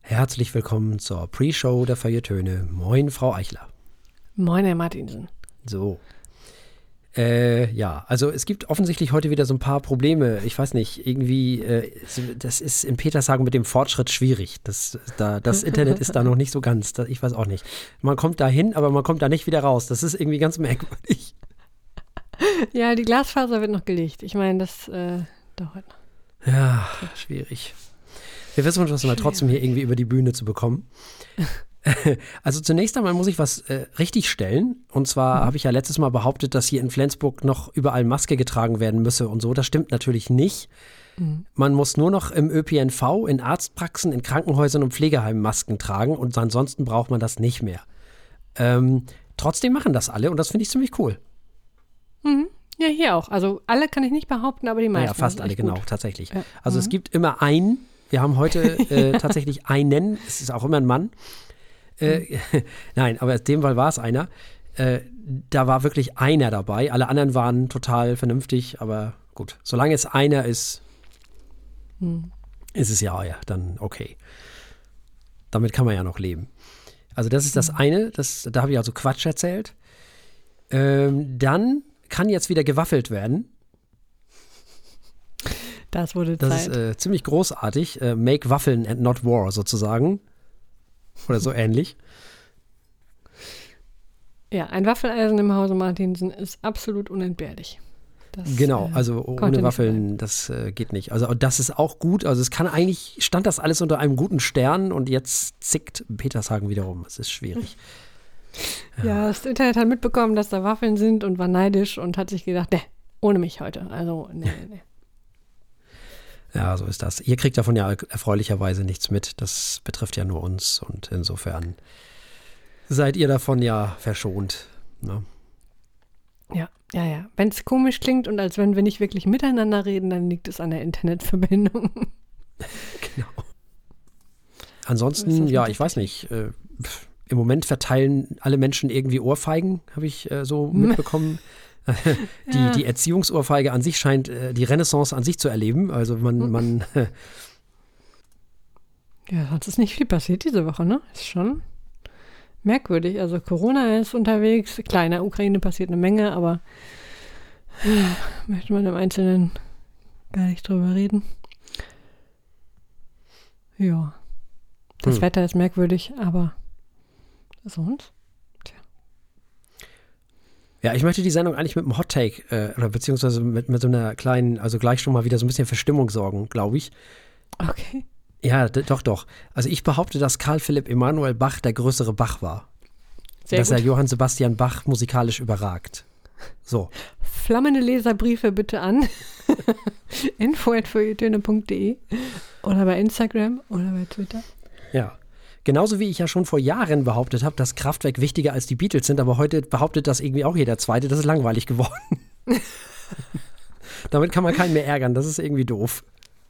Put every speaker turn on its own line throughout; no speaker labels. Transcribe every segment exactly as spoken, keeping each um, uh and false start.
Herzlich willkommen zur Pre-Show der Feuilletöne. Moin, Frau Eichler.
Moin, Herr Martinsen.
So. Äh, ja, also es gibt offensichtlich heute wieder so ein paar Probleme. Ich weiß nicht, irgendwie, äh, das ist in Petershagen mit dem Fortschritt schwierig. Das, da, das Internet ist da noch nicht so ganz, das, ich weiß auch nicht. Man kommt da hin, aber man kommt da nicht wieder raus. Das ist irgendwie ganz merkwürdig.
Ja, die Glasfaser wird noch gelegt. Ich meine, das äh, dauert noch.
Ja, schwierig. Wir versuchen das mal trotzdem hier irgendwie über die Bühne zu bekommen. Also zunächst einmal muss ich was äh, richtig stellen. Und zwar mhm. habe ich ja letztes Mal behauptet, dass hier in Flensburg noch überall Maske getragen werden müsse und so. Das stimmt natürlich nicht. Mhm. Man muss nur noch im Ö P N V, in Arztpraxen, in Krankenhäusern und Pflegeheimen Masken tragen und ansonsten braucht man das nicht mehr. Ähm, trotzdem machen das alle und das finde ich ziemlich cool.
Mhm. Ja, hier auch. Also alle kann ich nicht behaupten, aber die meisten.
Ja, fast alle, genau, gut. Tatsächlich.
Ja.
Also mhm. es gibt immer einen. Wir haben heute äh, tatsächlich einen, es ist auch immer ein Mann. Äh, nein, aber in dem Fall war es einer. Äh, da war wirklich einer dabei. Alle anderen waren total vernünftig, aber gut. Solange es einer ist, hm. ist es ja, ja dann okay. Damit kann man ja noch leben. Also das ist das eine, das, da habe ich also Quatsch erzählt. Ähm, dann kann jetzt wieder gewaffelt werden.
Das wurde
Das
Zeit.
ist äh, ziemlich großartig. Äh, make Waffeln and not war sozusagen. Oder so ähnlich.
Ja, ein Waffeleisen im Hause Martinsen ist absolut unentbehrlich. Das,
genau,
äh,
also ohne Waffeln, das äh, geht nicht. Also das ist auch gut. Also es kann eigentlich, stand das alles unter einem guten Stern und jetzt zickt Petershagen wiederum. Es ist schwierig.
Ja. ja, das Internet hat mitbekommen, dass da Waffeln sind und war neidisch und hat sich gedacht, ne, ohne mich heute. Also, ne, ne.
Ja, so ist das. Ihr kriegt davon ja erfreulicherweise nichts mit. Das betrifft ja nur uns und insofern seid ihr davon ja verschont. Ne?
Ja, ja, ja. Wenn es komisch klingt und als wenn wir nicht wirklich miteinander reden, dann liegt es an der Internetverbindung.
Genau. Ansonsten, ja, ich weiß nicht. Äh, im Moment verteilen alle Menschen irgendwie Ohrfeigen, habe ich äh, so mitbekommen. Die, ja. die Erziehungsohrfeige an sich scheint äh, die Renaissance an sich zu erleben. Also man, man äh
ja, sonst ist nicht viel passiert diese Woche, ne? Ist schon merkwürdig. Also Corona ist unterwegs. Klar, in der Ukraine passiert eine Menge, aber äh, möchte man im Einzelnen gar nicht drüber reden. Ja. Das hm. Wetter ist merkwürdig, aber sonst?
Ja, ich möchte die Sendung eigentlich mit einem Hot-Take äh, oder beziehungsweise mit, mit so einer kleinen, also gleich schon mal wieder so ein bisschen für Stimmung sorgen, glaube ich.
Okay.
Ja, d- doch, doch. Also ich behaupte, dass Karl Philipp Emanuel Bach der größere Bach war.
Sehr
dass
gut.
er Johann Sebastian Bach musikalisch überragt. So.
Flammende Leserbriefe bitte an info at feuilletöne punkt de oder bei Instagram oder bei Twitter.
Ja. Genauso wie ich ja schon vor Jahren behauptet habe, dass Kraftwerk wichtiger als die Beatles sind, aber heute behauptet das irgendwie auch jeder Zweite. Das ist langweilig geworden. Damit kann man keinen mehr ärgern. Das ist irgendwie doof.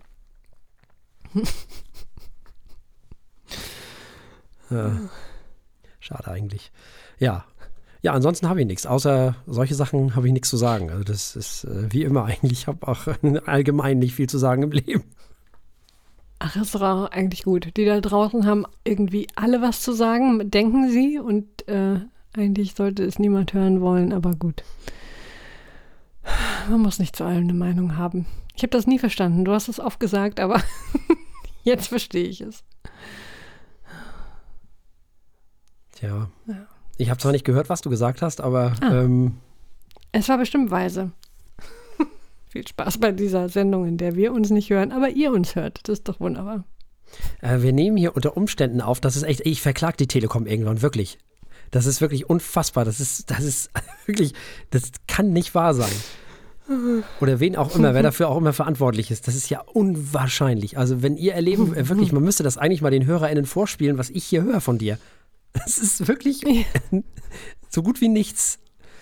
Ja. Schade eigentlich. Ja. Ja, ansonsten habe ich nichts. Außer solche Sachen habe ich nichts zu sagen. Also das ist äh, wie immer eigentlich. Ich habe auch allgemein nicht viel zu sagen im Leben.
Ach, ist doch auch eigentlich gut. Die da draußen haben irgendwie alle was zu sagen, denken sie. Und äh, eigentlich sollte es niemand hören wollen, aber gut. Man muss nicht zu allem eine Meinung haben. Ich habe das nie verstanden. Du hast es oft gesagt, aber jetzt verstehe ich es.
Tja.
Ja.
Ich habe zwar nicht gehört, was du gesagt hast, aber
ah.
ähm,
es war bestimmt weise. Viel Spaß bei dieser Sendung, in der wir uns nicht hören, aber ihr uns hört. Das ist doch wunderbar.
Äh, wir nehmen hier unter Umständen auf, das ist echt, ich verklag die Telekom irgendwann, wirklich. Das ist wirklich unfassbar. Das ist, das ist wirklich, das kann nicht wahr sein. Oder wen auch immer, wer dafür auch immer verantwortlich ist. Das ist ja unwahrscheinlich. Also wenn ihr erleben, äh, wirklich, man müsste das eigentlich mal den HörerInnen vorspielen, was ich hier höre von dir. Das ist wirklich so gut wie nichts.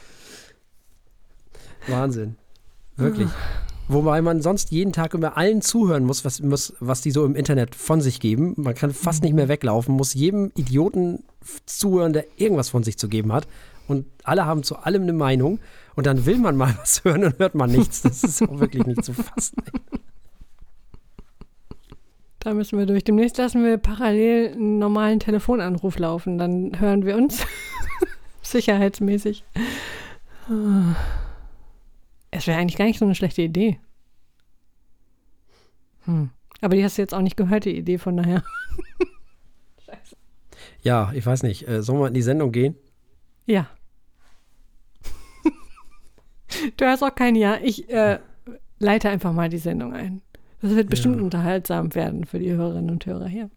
Wahnsinn. Wirklich. Wobei man sonst jeden Tag immer allen zuhören muss, was, muss, was die so im Internet von sich geben. Man kann fast nicht mehr weglaufen, muss jedem Idioten zuhören, der irgendwas von sich zu geben hat. Und alle haben zu allem eine Meinung. Und dann will man mal was hören und hört man nichts. Das ist auch wirklich nicht zu fassen.
Da müssen wir durch. Demnächst lassen wir parallel einen normalen Telefonanruf laufen. Dann hören wir uns sicherheitsmäßig. Es wäre eigentlich gar nicht so eine schlechte Idee. Hm. Aber die hast du jetzt auch nicht gehört, die Idee, von daher.
Scheiße. Ja, ich weiß nicht. Äh, sollen wir in die Sendung gehen?
Ja. Du hast auch kein Ja. Ich äh, leite einfach mal die Sendung ein. Das wird bestimmt ja. unterhaltsam werden für die Hörerinnen und Hörer hier.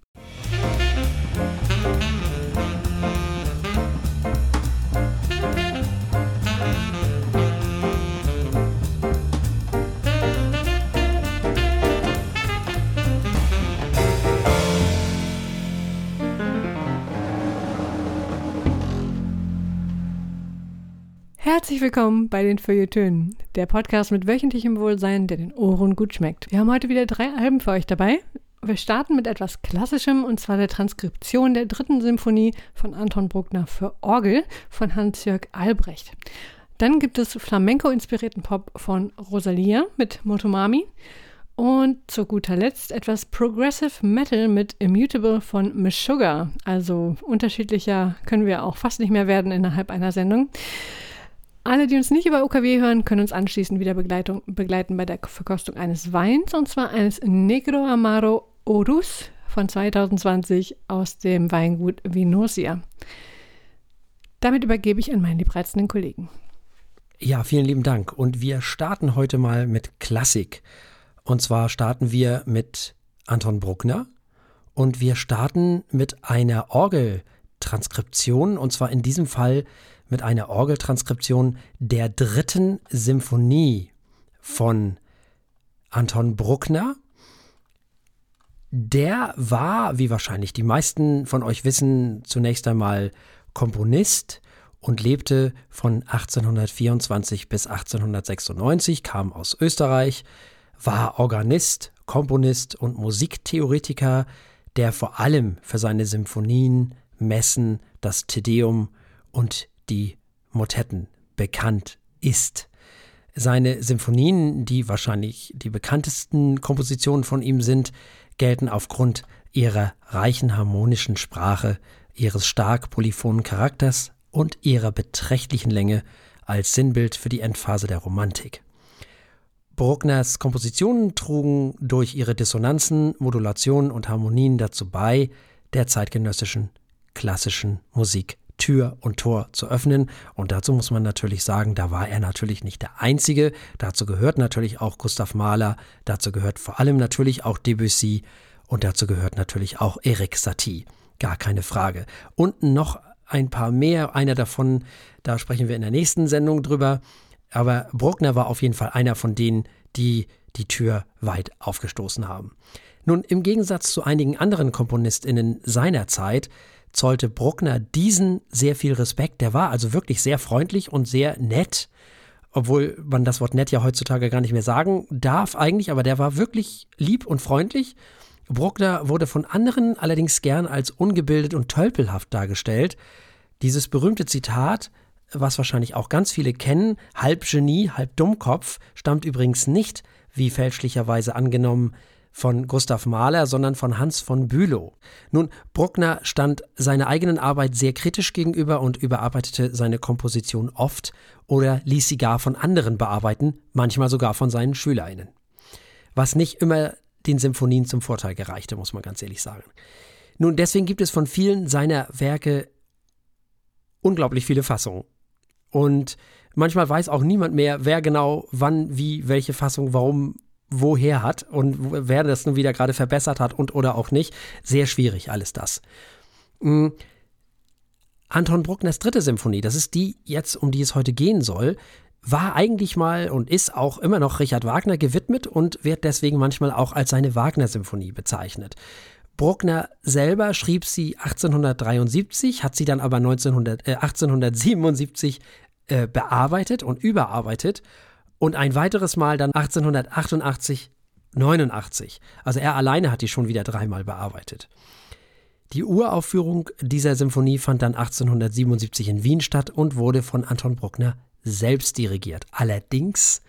Herzlich willkommen bei den Feuilletönen, der Podcast mit wöchentlichem Wohlsein, der den Ohren gut schmeckt. Wir haben heute wieder drei Alben für euch dabei. Wir starten mit etwas Klassischem, und zwar der Transkription der dritten Symphonie von Anton Bruckner für Orgel von Hans-Jörg Albrecht. Dann gibt es Flamenco-inspirierten Pop von Rosalia mit Motomami. Und zu guter Letzt etwas Progressive Metal mit Immutable von Meshuggah. Also unterschiedlicher können wir auch fast nicht mehr werden innerhalb einer Sendung. Alle, die uns nicht über O K W hören, können uns anschließend wieder Begleitung, begleiten bei der Verkostung eines Weins, und zwar eines Negro Amaro Orus von zwanzig zwanzig aus dem Weingut Vinosia. Damit übergebe ich an meinen liebreizenden Kollegen.
Ja, vielen lieben Dank. Und wir starten heute mal mit Klassik. Und zwar starten wir mit Anton Bruckner und wir starten mit einer Orgeltranskription, und zwar in diesem Fall mit einer Orgeltranskription der dritten Symphonie von Anton Bruckner. Der war, wie wahrscheinlich die meisten von euch wissen, zunächst einmal Komponist und lebte von achtzehnhundertvierundzwanzig bis achtzehnhundertsechsundneunzig, kam aus Österreich, war Organist, Komponist und Musiktheoretiker, der vor allem für seine Symphonien, Messen, das Te Deum und die Motetten bekannt ist. Seine Symphonien, die wahrscheinlich die bekanntesten Kompositionen von ihm sind, gelten aufgrund ihrer reichen harmonischen Sprache, ihres stark polyphonen Charakters und ihrer beträchtlichen Länge als Sinnbild für die Endphase der Romantik. Bruckners Kompositionen trugen durch ihre Dissonanzen, Modulationen und Harmonien dazu bei, der zeitgenössischen klassischen Musik Tür und Tor zu öffnen. Und dazu muss man natürlich sagen, da war er natürlich nicht der Einzige. Dazu gehört natürlich auch Gustav Mahler, dazu gehört vor allem natürlich auch Debussy und dazu gehört natürlich auch Erik Satie. Gar keine Frage. Und noch ein paar mehr. Einer davon, da sprechen wir in der nächsten Sendung drüber. Aber Bruckner war auf jeden Fall einer von denen, die die Tür weit aufgestoßen haben. Nun, im Gegensatz zu einigen anderen KomponistInnen seiner Zeit zollte Bruckner diesen sehr viel Respekt. Der war also wirklich sehr freundlich und sehr nett, obwohl man das Wort nett ja heutzutage gar nicht mehr sagen darf eigentlich, aber der war wirklich lieb und freundlich. Bruckner wurde von anderen allerdings gern als ungebildet und tölpelhaft dargestellt. Dieses berühmte Zitat, was wahrscheinlich auch ganz viele kennen, halb Genie, halb Dummkopf, stammt übrigens nicht, wie fälschlicherweise angenommen, von Gustav Mahler, sondern von Hans von Bülow. Nun, Bruckner stand seiner eigenen Arbeit sehr kritisch gegenüber und überarbeitete seine Komposition oft oder ließ sie gar von anderen bearbeiten, manchmal sogar von seinen SchülerInnen. Was nicht immer den Symphonien zum Vorteil gereichte, muss man ganz ehrlich sagen. Nun, deswegen gibt es von vielen seiner Werke unglaublich viele Fassungen. Und manchmal weiß auch niemand mehr, wer genau, wann, wie, welche Fassung, warum, woher hat und wer das nun wieder gerade verbessert hat und oder auch nicht. Sehr schwierig, alles das. Mhm. Anton Bruckners dritte Symphonie, das ist die jetzt, um die es heute gehen soll, war eigentlich mal und ist auch immer noch Richard Wagner gewidmet und wird deswegen manchmal auch als seine Wagner-Symphonie bezeichnet. Bruckner selber schrieb sie achtzehnhundertdreiundsiebzig, hat sie dann aber neunzehnhundert, äh, achtzehnhundertsiebenundsiebzig äh, bearbeitet und überarbeitet und ein weiteres Mal dann achtzehnhundertachtundachtzig, neunundachtzig. Also er alleine hat die schon wieder dreimal bearbeitet. Die Uraufführung dieser Symphonie fand dann achtzehnhundertsiebenundsiebzig in Wien statt und wurde von Anton Bruckner selbst dirigiert. Allerdings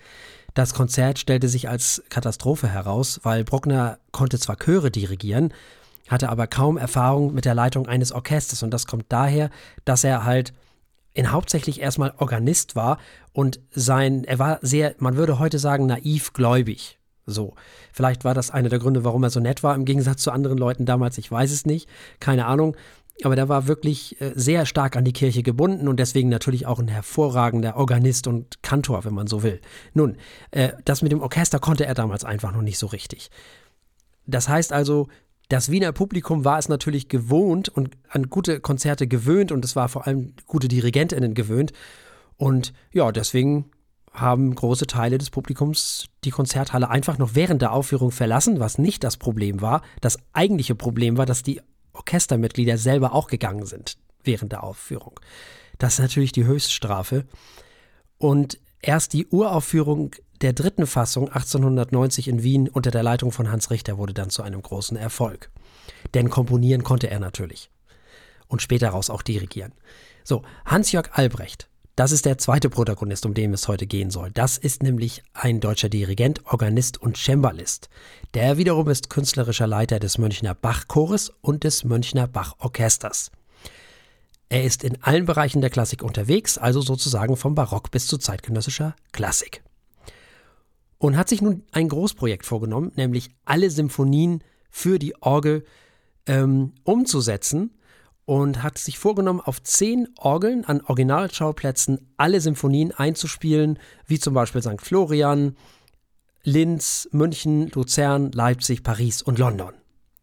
Das Konzert stellte sich als Katastrophe heraus, weil Bruckner konnte zwar Chöre dirigieren, hatte aber kaum Erfahrung mit der Leitung eines Orchesters. Und das kommt daher, dass er halt in hauptsächlich erstmal Organist war und sein, er war sehr, man würde heute sagen, naiv gläubig. So, vielleicht war das einer der Gründe, warum er so nett war, im Gegensatz zu anderen Leuten damals, ich weiß es nicht, keine Ahnung. Aber der war wirklich äh, sehr stark an die Kirche gebunden und deswegen natürlich auch ein hervorragender Organist und Kantor, wenn man so will. Nun, äh, das mit dem Orchester konnte er damals einfach noch nicht so richtig. Das heißt also, das Wiener Publikum war es natürlich gewohnt und an gute Konzerte gewöhnt und es war vor allem gute DirigentInnen gewöhnt. Und ja, deswegen haben große Teile des Publikums die Konzerthalle einfach noch während der Aufführung verlassen, was nicht das Problem war. Das eigentliche Problem war, dass die Orchestermitglieder selber auch gegangen sind während der Aufführung. Das ist natürlich die Höchststrafe. Und erst die Uraufführung der dritten Fassung achtzehnhundertneunzig in Wien unter der Leitung von Hans Richter wurde dann zu einem großen Erfolg. Denn komponieren konnte er natürlich. Und später raus auch dirigieren. So, Hans-Jörg Albrecht, das ist der zweite Protagonist, um den es heute gehen soll. Das ist nämlich ein deutscher Dirigent, Organist und Cembalist. Der wiederum ist künstlerischer Leiter des Münchner Bach-Chores und des Münchner Bach-Orchesters. Er ist in allen Bereichen der Klassik unterwegs, also sozusagen vom Barock bis zu zeitgenössischer Klassik. Und hat sich nun ein Großprojekt vorgenommen, nämlich alle Symphonien für die Orgel ähm, umzusetzen und hat sich vorgenommen, auf zehn Orgeln an Originalschauplätzen alle Symphonien einzuspielen, wie zum Beispiel Sankt Florian, Linz, München, Luzern, Leipzig, Paris und London.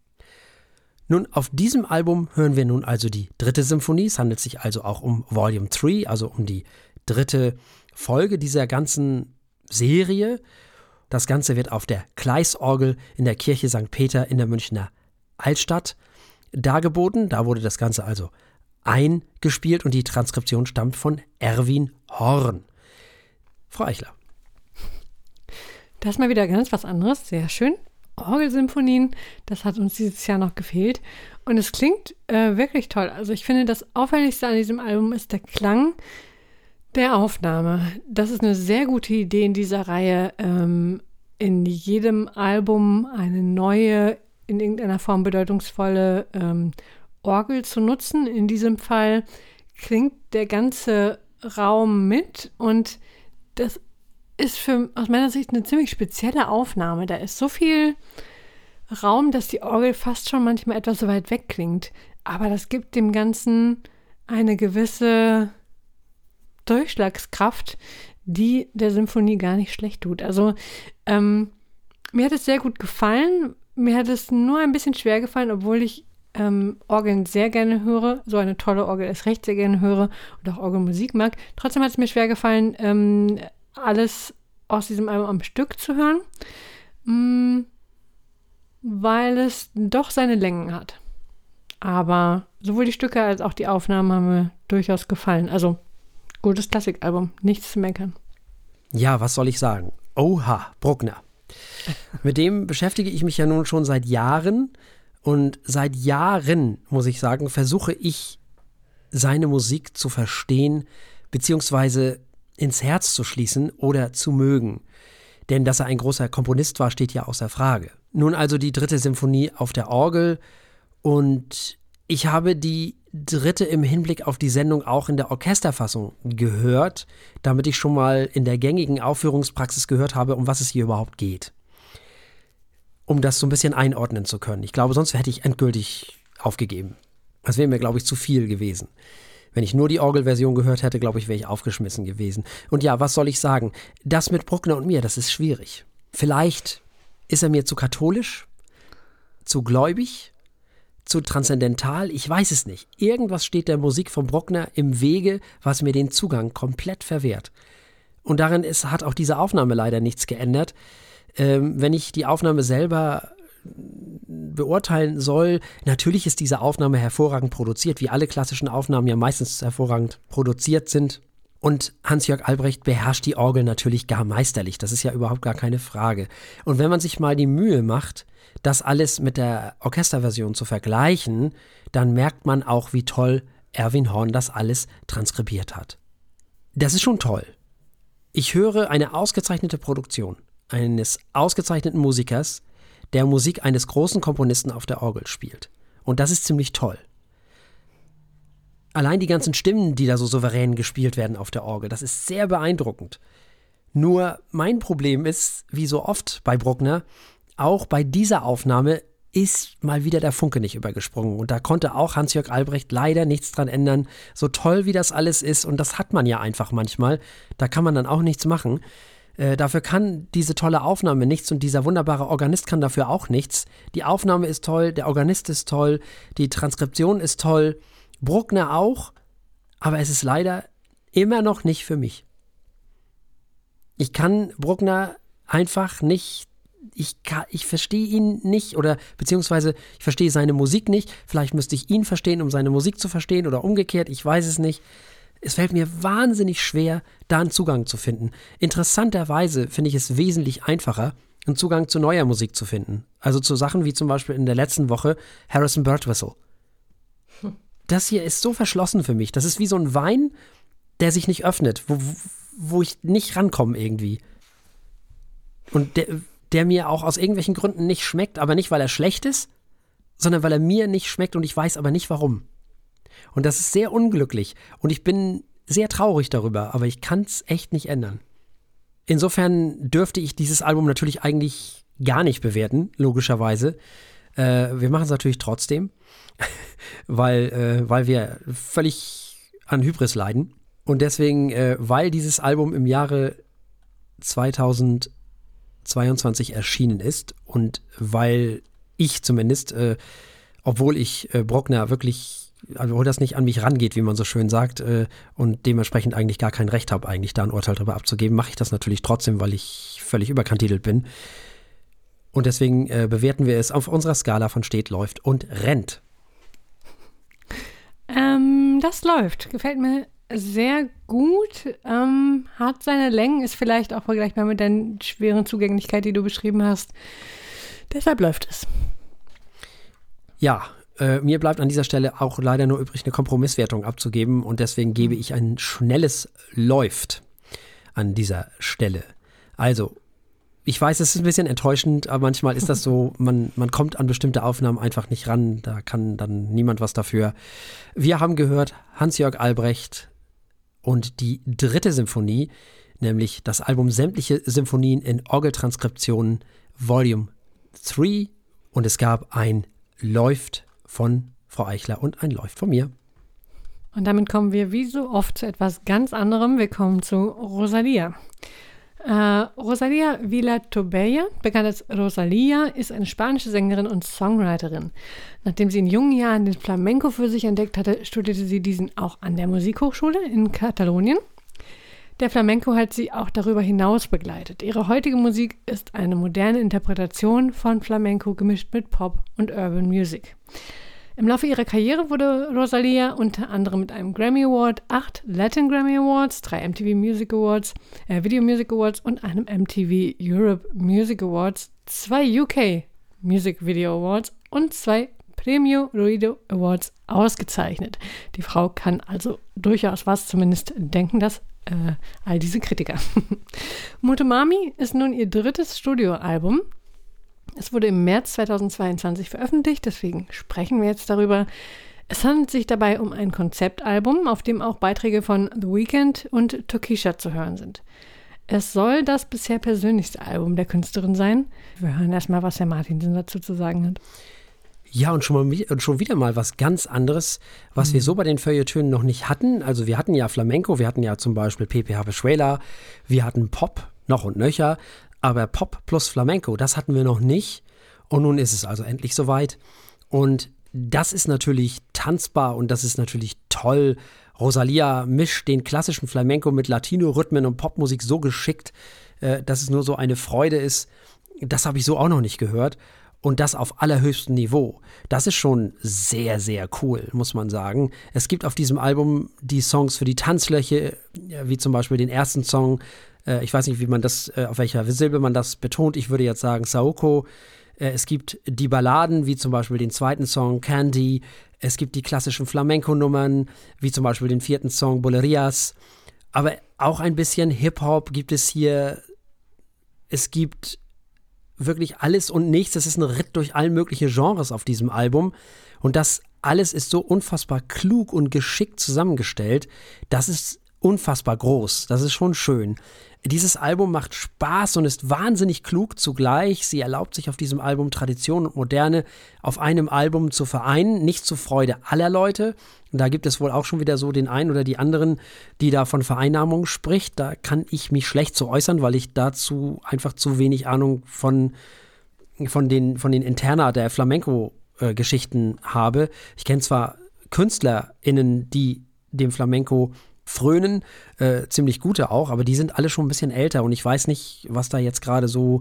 Nun, auf diesem Album hören wir nun also die dritte Symphonie. Es handelt sich also auch um Volume drei, also um die dritte Folge dieser ganzen Serie. Das Ganze wird auf der Kleisorgel in der Kirche Sankt Peter in der Münchner Altstadt dargeboten. Da wurde das Ganze also eingespielt und die Transkription stammt von Erwin Horn. Frau Eichler.
Das ist mal wieder ganz was anderes, sehr schön. Orgelsymphonien, das hat uns dieses Jahr noch gefehlt. Und es klingt äh, wirklich toll. Also ich finde, das Auffälligste an diesem Album ist der Klang der Aufnahme. Das ist eine sehr gute Idee in dieser Reihe, ähm, in jedem Album eine neue, in irgendeiner Form bedeutungsvolle ähm, Orgel zu nutzen. In diesem Fall klingt der ganze Raum mit und das ist für, aus meiner Sicht eine ziemlich spezielle Aufnahme. Da ist so viel Raum, dass die Orgel fast schon manchmal etwas so weit weg klingt. Aber das gibt dem Ganzen eine gewisse Durchschlagskraft, die der Symphonie gar nicht schlecht tut. Also ähm, mir hat es sehr gut gefallen. Mir hat es nur ein bisschen schwer gefallen, obwohl ich ähm, Orgeln sehr gerne höre, so eine tolle Orgel erst recht sehr gerne höre und auch Orgelmusik mag. Trotzdem hat es mir schwer gefallen, ähm, alles aus diesem Album am Stück zu hören, mh, weil es doch seine Längen hat. Aber sowohl die Stücke als auch die Aufnahmen haben mir durchaus gefallen. Also gutes Klassikalbum, nichts zu meckern.
Ja, was soll ich sagen? Oha, Bruckner. Mit dem beschäftige ich mich ja nun schon seit Jahren und seit Jahren, muss ich sagen, versuche ich, seine Musik zu verstehen, beziehungsweise ins Herz zu schließen oder zu mögen. Denn dass er ein großer Komponist war, steht ja außer Frage. Nun also die dritte Symphonie auf der Orgel und ich habe die dritte im Hinblick auf die Sendung auch in der Orchesterfassung gehört, damit ich schon mal in der gängigen Aufführungspraxis gehört habe, um was es hier überhaupt geht. Um das so ein bisschen einordnen zu können. Ich glaube, sonst hätte ich endgültig aufgegeben. Das wäre mir, glaube ich, zu viel gewesen. Wenn ich nur die Orgelversion gehört hätte, glaube ich, wäre ich aufgeschmissen gewesen. Und ja, was soll ich sagen? Das mit Bruckner und mir, das ist schwierig. Vielleicht ist er mir zu katholisch, zu gläubig, zu transzendental, ich weiß es nicht. Irgendwas steht der Musik von Bruckner im Wege, was mir den Zugang komplett verwehrt. Und darin ist, hat auch diese Aufnahme leider nichts geändert. Ähm, wenn ich die Aufnahme selber beurteilen soll, natürlich ist diese Aufnahme hervorragend produziert, wie alle klassischen Aufnahmen ja meistens hervorragend produziert sind. Und Hans-Jörg Albrecht beherrscht die Orgel natürlich gar meisterlich, das ist ja überhaupt gar keine Frage. Und wenn man sich mal die Mühe macht, das alles mit der Orchesterversion zu vergleichen, dann merkt man auch, wie toll Erwin Horn das alles transkribiert hat. Das ist schon toll. Ich höre eine ausgezeichnete Produktion eines ausgezeichneten Musikers, der Musik eines großen Komponisten auf der Orgel spielt. Und das ist ziemlich toll. Allein die ganzen Stimmen, die da so souverän gespielt werden auf der Orgel, das ist sehr beeindruckend. Nur mein Problem ist, wie so oft bei Bruckner, auch bei dieser Aufnahme ist mal wieder der Funke nicht übergesprungen. Und da konnte auch Hans-Jörg Albrecht leider nichts dran ändern. So toll wie das alles ist, und das hat man ja einfach manchmal, da kann man dann auch nichts machen. Äh, dafür kann diese tolle Aufnahme nichts und dieser wunderbare Organist kann dafür auch nichts. Die Aufnahme ist toll, der Organist ist toll, die Transkription ist toll, Bruckner auch, aber es ist leider immer noch nicht für mich. Ich kann Bruckner einfach nicht, ich, kann, ich verstehe ihn nicht oder beziehungsweise ich verstehe seine Musik nicht. Vielleicht müsste ich ihn verstehen, um seine Musik zu verstehen oder umgekehrt, ich weiß es nicht. Es fällt mir wahnsinnig schwer, da einen Zugang zu finden. Interessanterweise finde ich es wesentlich einfacher, einen Zugang zu neuer Musik zu finden. Also zu Sachen wie zum Beispiel in der letzten Woche Harrison Birtwistle. Hm. Das hier ist so verschlossen für mich. Das ist wie so ein Wein, der sich nicht öffnet, wo, wo ich nicht rankomme irgendwie. Und der, der mir auch aus irgendwelchen Gründen nicht schmeckt, aber nicht, weil er schlecht ist, sondern weil er mir nicht schmeckt und ich weiß aber nicht, warum. Und das ist sehr unglücklich und ich bin sehr traurig darüber, aber ich kann es echt nicht ändern. Insofern dürfte ich dieses Album natürlich eigentlich gar nicht bewerten, logischerweise. Äh, wir machen es natürlich trotzdem, weil, äh, weil wir völlig an Hybris leiden. Und deswegen, äh, weil dieses Album im Jahre zweitausendzweiundzwanzig erschienen ist und weil ich zumindest, äh, obwohl ich äh, Bruckner wirklich obwohl das nicht an mich rangeht, wie man so schön sagt, äh, und dementsprechend eigentlich gar kein Recht habe, eigentlich da ein Urteil darüber abzugeben, mache ich das natürlich trotzdem, weil ich völlig überkantitelt bin. Und deswegen äh, bewerten wir es auf unserer Skala von steht, läuft und rennt.
Ähm, das läuft. Gefällt mir sehr gut. Ähm, hat seine Längen, ist vielleicht auch vergleichbar mit der schweren Zugänglichkeit, die du beschrieben hast. Deshalb läuft es.
Ja, Äh, mir bleibt an dieser Stelle auch leider nur übrig, eine Kompromisswertung abzugeben und deswegen gebe ich ein schnelles Läuft an dieser Stelle. Also, ich weiß, es ist ein bisschen enttäuschend, aber manchmal ist das so, man, man kommt an bestimmte Aufnahmen einfach nicht ran, da kann dann niemand was dafür. Wir haben gehört Hans-Jörg Albrecht und die dritte Symphonie, nämlich das Album Sämtliche Symphonien in Orgeltranskriptionen Volume drei und es gab ein Läuft von Frau Eichler und ein Läuft von mir.
Und damit kommen wir wie so oft zu etwas ganz anderem. Wir kommen zu Rosalía. Äh, Rosalía Vila-Tobella, bekannt als Rosalía, ist eine spanische Sängerin und Songwriterin. Nachdem sie in jungen Jahren den Flamenco für sich entdeckt hatte, studierte sie diesen auch an der Musikhochschule in Katalonien. Der Flamenco hat sie auch darüber hinaus begleitet. Ihre heutige Musik ist eine moderne Interpretation von Flamenco gemischt mit Pop und Urban Music. Im Laufe ihrer Karriere wurde Rosalía unter anderem mit einem Grammy Award, acht Latin Grammy Awards, drei M T V Music Awards, äh, Video Music Awards und einem M T V Europe Music Awards, zwei U K Music Video Awards und zwei Premio Ruido Awards ausgezeichnet. Die Frau kann also durchaus was, zumindest denken das Äh, all diese Kritiker. Motomami ist nun ihr drittes Studioalbum. Es wurde im März zweitausendzweiundzwanzig veröffentlicht, deswegen sprechen wir jetzt darüber. Es handelt sich dabei um ein Konzeptalbum, auf dem auch Beiträge von The Weeknd und Tokischa zu hören sind. Es soll das bisher persönlichste Album der Künstlerin sein. Wir hören erstmal, was Herr Martinsen dazu zu sagen hat.
Ja, und schon, mal, und schon wieder mal was ganz anderes, was mhm. wir so bei den Feuilletönen noch nicht hatten. Also wir hatten ja Flamenco, wir hatten ja zum Beispiel Pepe Habeschwela, wir hatten Pop noch und nöcher, aber Pop plus Flamenco, das hatten wir noch nicht. Und nun ist es also endlich soweit. Und das ist natürlich tanzbar und das ist natürlich toll. Rosalía mischt den klassischen Flamenco mit Latino-Rhythmen und Popmusik so geschickt, äh, dass es nur so eine Freude ist. Das habe ich so auch noch nicht gehört. Und das auf allerhöchstem Niveau. Das ist schon sehr, sehr cool, muss man sagen. Es gibt auf diesem Album die Songs für die Tanzlöcher, wie zum Beispiel den ersten Song. Äh, ich weiß nicht, wie man das, äh, auf welcher Silbe man das betont. Ich würde jetzt sagen Saoko. Äh, es gibt die Balladen, wie zum Beispiel den zweiten Song Candy. Es gibt die klassischen Flamenco-Nummern, wie zum Beispiel den vierten Song Bolerias. aber auch ein bisschen Hip-Hop gibt es hier. Es gibt wirklich alles und nichts. Es ist ein Ritt durch all mögliche Genres auf diesem Album. Und das alles ist so unfassbar klug und geschickt zusammengestellt. Das ist unfassbar groß. Das ist schon schön. Dieses Album macht Spaß und ist wahnsinnig klug zugleich. Sie erlaubt sich auf diesem Album Tradition und Moderne auf einem Album zu vereinen, nicht zur Freude aller Leute. Und da gibt es wohl auch schon wieder so den einen oder die anderen, die da von Vereinnahmung spricht. Da kann ich mich schlecht zu äußern, weil ich dazu einfach zu wenig Ahnung von, von, den, von den Interna der Flamenco-Geschichten habe. Ich kenne zwar KünstlerInnen, die dem Flamenco frönen, äh, ziemlich gute auch, aber die sind alle schon ein bisschen älter und ich weiß nicht, was da jetzt gerade so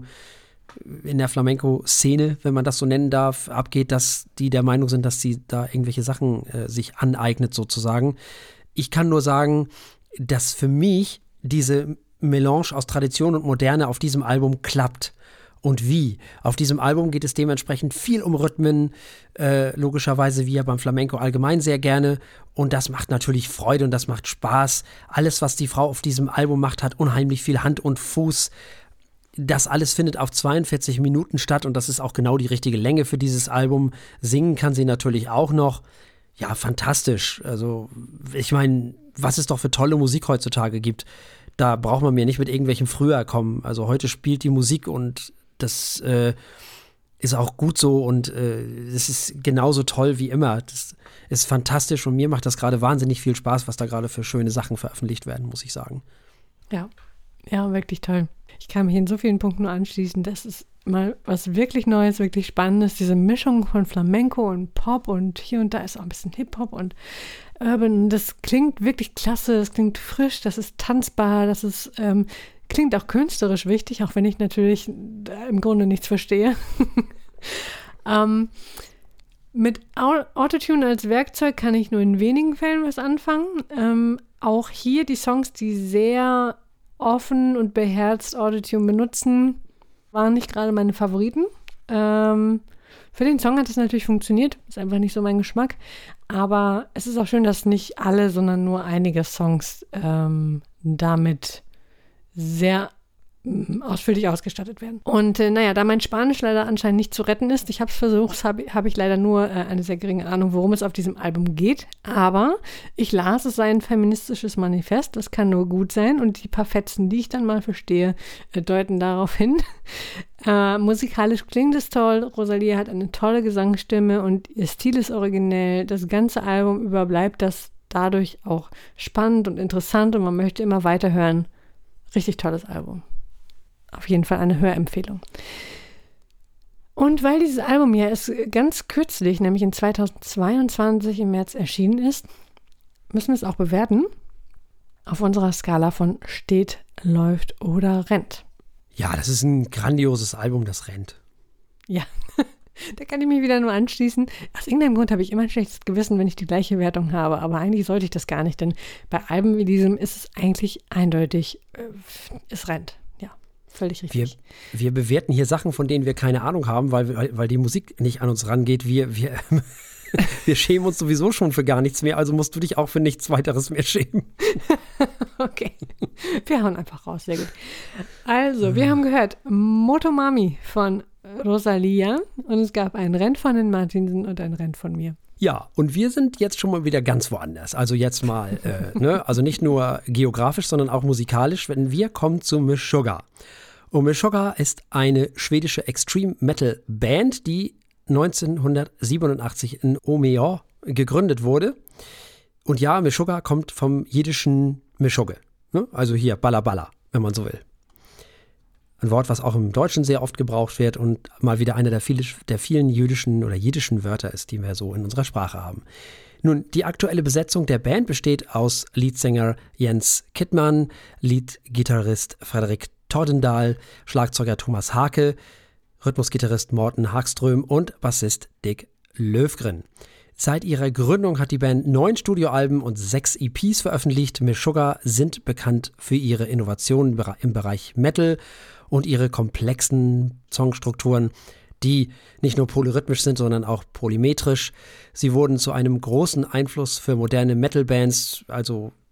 in der Flamenco-Szene, wenn man das so nennen darf, abgeht, dass die der Meinung sind, dass sie da irgendwelche Sachen äh, sich aneignet sozusagen. Ich kann nur sagen, dass für mich diese Melange aus Tradition und Moderne auf diesem Album klappt. Und wie? Auf diesem Album geht es dementsprechend viel um Rhythmen, äh, logischerweise wie ja beim Flamenco allgemein sehr gerne. Und das macht natürlich Freude und das macht Spaß. Alles, was die Frau auf diesem Album macht, hat unheimlich viel Hand und Fuß. Das alles findet auf zweiundvierzig Minuten statt und das ist auch genau die richtige Länge für dieses Album. Singen kann sie natürlich auch noch. Ja, fantastisch. Also ich meine, was es doch für tolle Musik heutzutage gibt. Da braucht man mir nicht mit irgendwelchem Früher kommen. Also heute spielt die Musik und das äh, ist auch gut so und äh, es ist genauso toll wie immer. Das ist fantastisch und mir macht das gerade wahnsinnig viel Spaß, was da gerade für schöne Sachen veröffentlicht werden, muss ich sagen.
Ja, ja, wirklich toll. Ich kann mich in so vielen Punkten nur anschließen. Das ist mal was wirklich Neues, wirklich Spannendes. Diese Mischung von Flamenco und Pop und hier und da ist auch ein bisschen Hip-Hop und Urban. Das klingt wirklich klasse, das klingt frisch, das ist tanzbar, das ist ähm, klingt auch künstlerisch wichtig, auch wenn ich natürlich im Grunde nichts verstehe. ähm, mit Autotune als Werkzeug kann ich nur in wenigen Fällen was anfangen. Ähm, auch hier die Songs, die sehr offen und beherzt Autotune benutzen, waren nicht gerade meine Favoriten. Ähm, für den Song hat es natürlich funktioniert, ist einfach nicht so mein Geschmack. Aber es ist auch schön, dass nicht alle, sondern nur einige Songs ähm, damit sehr mm, ausführlich ausgestattet werden. Und äh, naja, da mein Spanisch leider anscheinend nicht zu retten ist, ich habe es versucht, habe hab ich leider nur äh, eine sehr geringe Ahnung, worum es auf diesem Album geht. Aber ich las, es sei ein feministisches Manifest, das kann nur gut sein. Und die paar Fetzen, die ich dann mal verstehe, äh, deuten darauf hin. Äh, musikalisch klingt es toll, Rosalía hat eine tolle Gesangsstimme und ihr Stil ist originell. Das ganze Album über bleibt das dadurch auch spannend und interessant und man möchte immer weiterhören. Richtig tolles Album. Auf jeden Fall eine Hörempfehlung. Und weil dieses Album ja erst ganz kürzlich, nämlich in zweitausendzweiundzwanzig im März erschienen ist, müssen wir es auch bewerten auf unserer Skala von steht, läuft oder rennt.
Ja, das ist ein grandioses Album, das rennt.
Ja, da kann ich mich wieder nur anschließen. Aus irgendeinem Grund habe ich immer ein schlechtes Gewissen, wenn ich die gleiche Wertung habe. Aber eigentlich sollte ich das gar nicht, denn bei Alben wie diesem ist es eigentlich eindeutig, äh, es rennt. Ja, völlig richtig.
Wir, wir bewerten hier Sachen, von denen wir keine Ahnung haben, weil, weil, weil die Musik nicht an uns rangeht. Wir, wir, wir schämen uns sowieso schon für gar nichts mehr, also musst du dich auch für nichts weiteres mehr schämen.
Okay, wir hauen einfach raus, sehr gut. Also, wir haben gehört Motomami von Rosalía und es gab ein Rennen von den Martinsen und ein Rennen von mir.
Ja, und wir sind jetzt schon mal wieder ganz woanders. Also jetzt mal, äh, ne? Also nicht nur geografisch, sondern auch musikalisch, wenn wir kommen zu Meshuggah. Und Meshuggah ist eine schwedische Extreme Metal Band, die neunzehnhundertsiebenundachtzig in Umeå gegründet wurde. Und ja, Meshuggah kommt vom jiddischen Meshugge, ne? Also hier Balla Balla, wenn man so will. Ein Wort, was auch im Deutschen sehr oft gebraucht wird und mal wieder einer der, viele, der vielen jüdischen oder jiddischen Wörter ist, die wir so in unserer Sprache haben. Nun, die aktuelle Besetzung der Band besteht aus Leadsänger Jens Kittmann, Leadgitarrist Frederik Tordendahl, Schlagzeuger Thomas Hake, Rhythmusgitarrist Morten Hagström und Bassist Dick Löfgren. Seit ihrer Gründung hat die Band neun Studioalben und sechs E Ps veröffentlicht. Meshuggah sind bekannt für ihre Innovationen im Bereich Metal und ihre komplexen Songstrukturen, die nicht nur polyrhythmisch sind, sondern auch polymetrisch. Sie wurden zu einem großen Einfluss für moderne Metal-Bands, also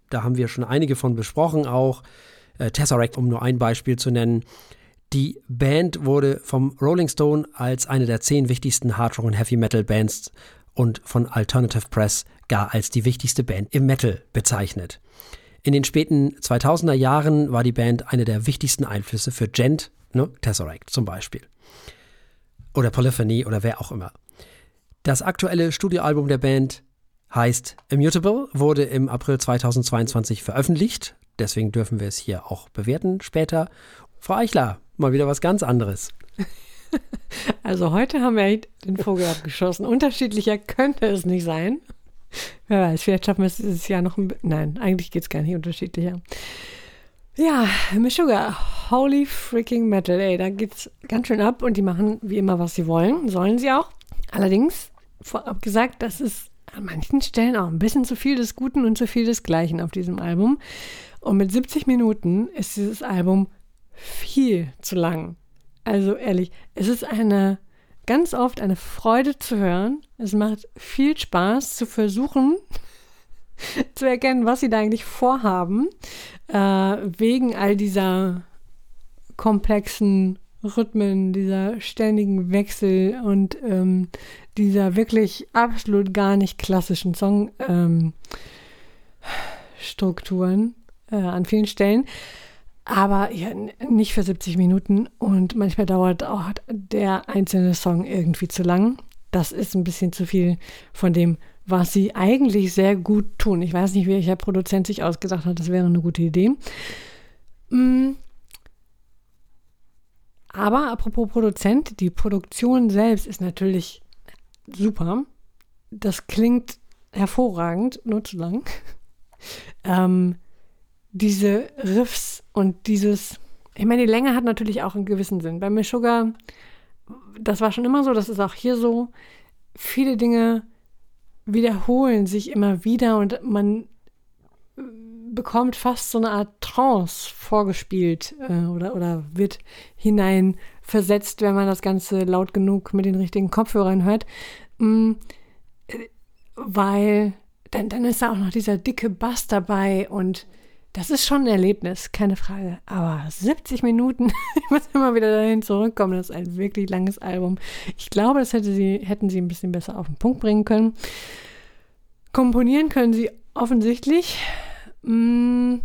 Da haben wir schon einige von besprochen auch. Äh, Tesseract, um nur ein Beispiel zu nennen. Die Band wurde vom Rolling Stone als eine der zehn wichtigsten Hard Rock und Heavy Metal Bands und von Alternative Press gar als die wichtigste Band im Metal bezeichnet. In den späten zweitausender Jahren war die Band eine der wichtigsten Einflüsse für Gent, ne? Tesseract zum Beispiel. Oder Polyphony oder wer auch immer. Das aktuelle Studioalbum der Band heißt Immutable, wurde im April zweitausendzweiundzwanzig veröffentlicht. Deswegen dürfen wir es hier auch bewerten später. Frau Eichler, mal wieder was ganz anderes.
Also heute haben wir den Vogel abgeschossen. Unterschiedlicher könnte es nicht sein. Wer weiß, vielleicht schaffen wir es dieses Jahr noch ein bisschen. Nein, eigentlich geht es gar nicht unterschiedlicher. Ja, Meshuggah, holy freaking metal, ey, da geht's ganz schön ab und die machen wie immer, was sie wollen. Sollen sie auch. Allerdings, vorab gesagt, das ist an manchen Stellen auch ein bisschen zu viel des Guten und zu viel des Gleichen auf diesem Album. Und mit siebzig Minuten ist dieses Album viel zu lang. Also ehrlich, es ist eine, ganz oft eine Freude zu hören. Es macht viel Spaß zu versuchen, zu erkennen, was sie da eigentlich vorhaben, äh, wegen all dieser komplexen Rhythmen, dieser ständigen Wechsel und ähm, dieser wirklich absolut gar nicht klassischen Songstrukturen ähm, äh, an vielen Stellen. Aber ja, nicht für siebzig Minuten und manchmal dauert auch der einzelne Song irgendwie zu lang. Das ist ein bisschen zu viel von dem, was sie eigentlich sehr gut tun. Ich weiß nicht, welcher Produzent sich ausgedacht hat, das wäre eine gute Idee. Aber apropos Produzent, die Produktion selbst ist natürlich super. Das klingt hervorragend, nur zu lang. ähm, diese Riffs und dieses, ich meine, die Länge hat natürlich auch einen gewissen Sinn. Bei Meshuggah, das war schon immer so, das ist auch hier so. Viele Dinge wiederholen sich immer wieder und man bekommt fast so eine Art Trance vorgespielt äh, oder, oder wird hinein versetzt, wenn man das Ganze laut genug mit den richtigen Kopfhörern hört. Mhm, weil dann, dann ist da auch noch dieser dicke Bass dabei und das ist schon ein Erlebnis, keine Frage. Aber siebzig Minuten, ich muss immer wieder dahin zurückkommen, das ist ein wirklich langes Album. Ich glaube, das hätte sie, hätten sie ein bisschen besser auf den Punkt bringen können. Komponieren können sie offensichtlich. Und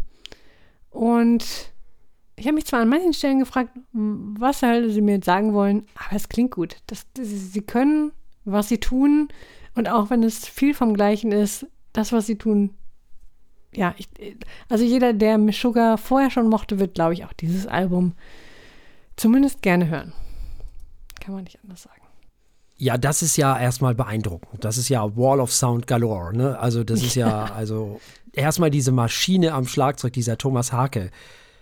ich habe mich zwar an manchen Stellen gefragt, was halt sie mir jetzt sagen wollen, aber es klingt gut. Das, das, sie können, was sie tun. Und auch wenn es viel vom Gleichen ist, das, was sie tun, ja, ich, also jeder, der Meshuggah vorher schon mochte, wird, glaube ich, auch dieses Album zumindest gerne hören. Kann man nicht anders sagen.
Ja, das ist ja erstmal beeindruckend. Das ist ja Wall of Sound galore, ne? Also das ist ja, also erstmal diese Maschine am Schlagzeug, dieser Thomas Hake.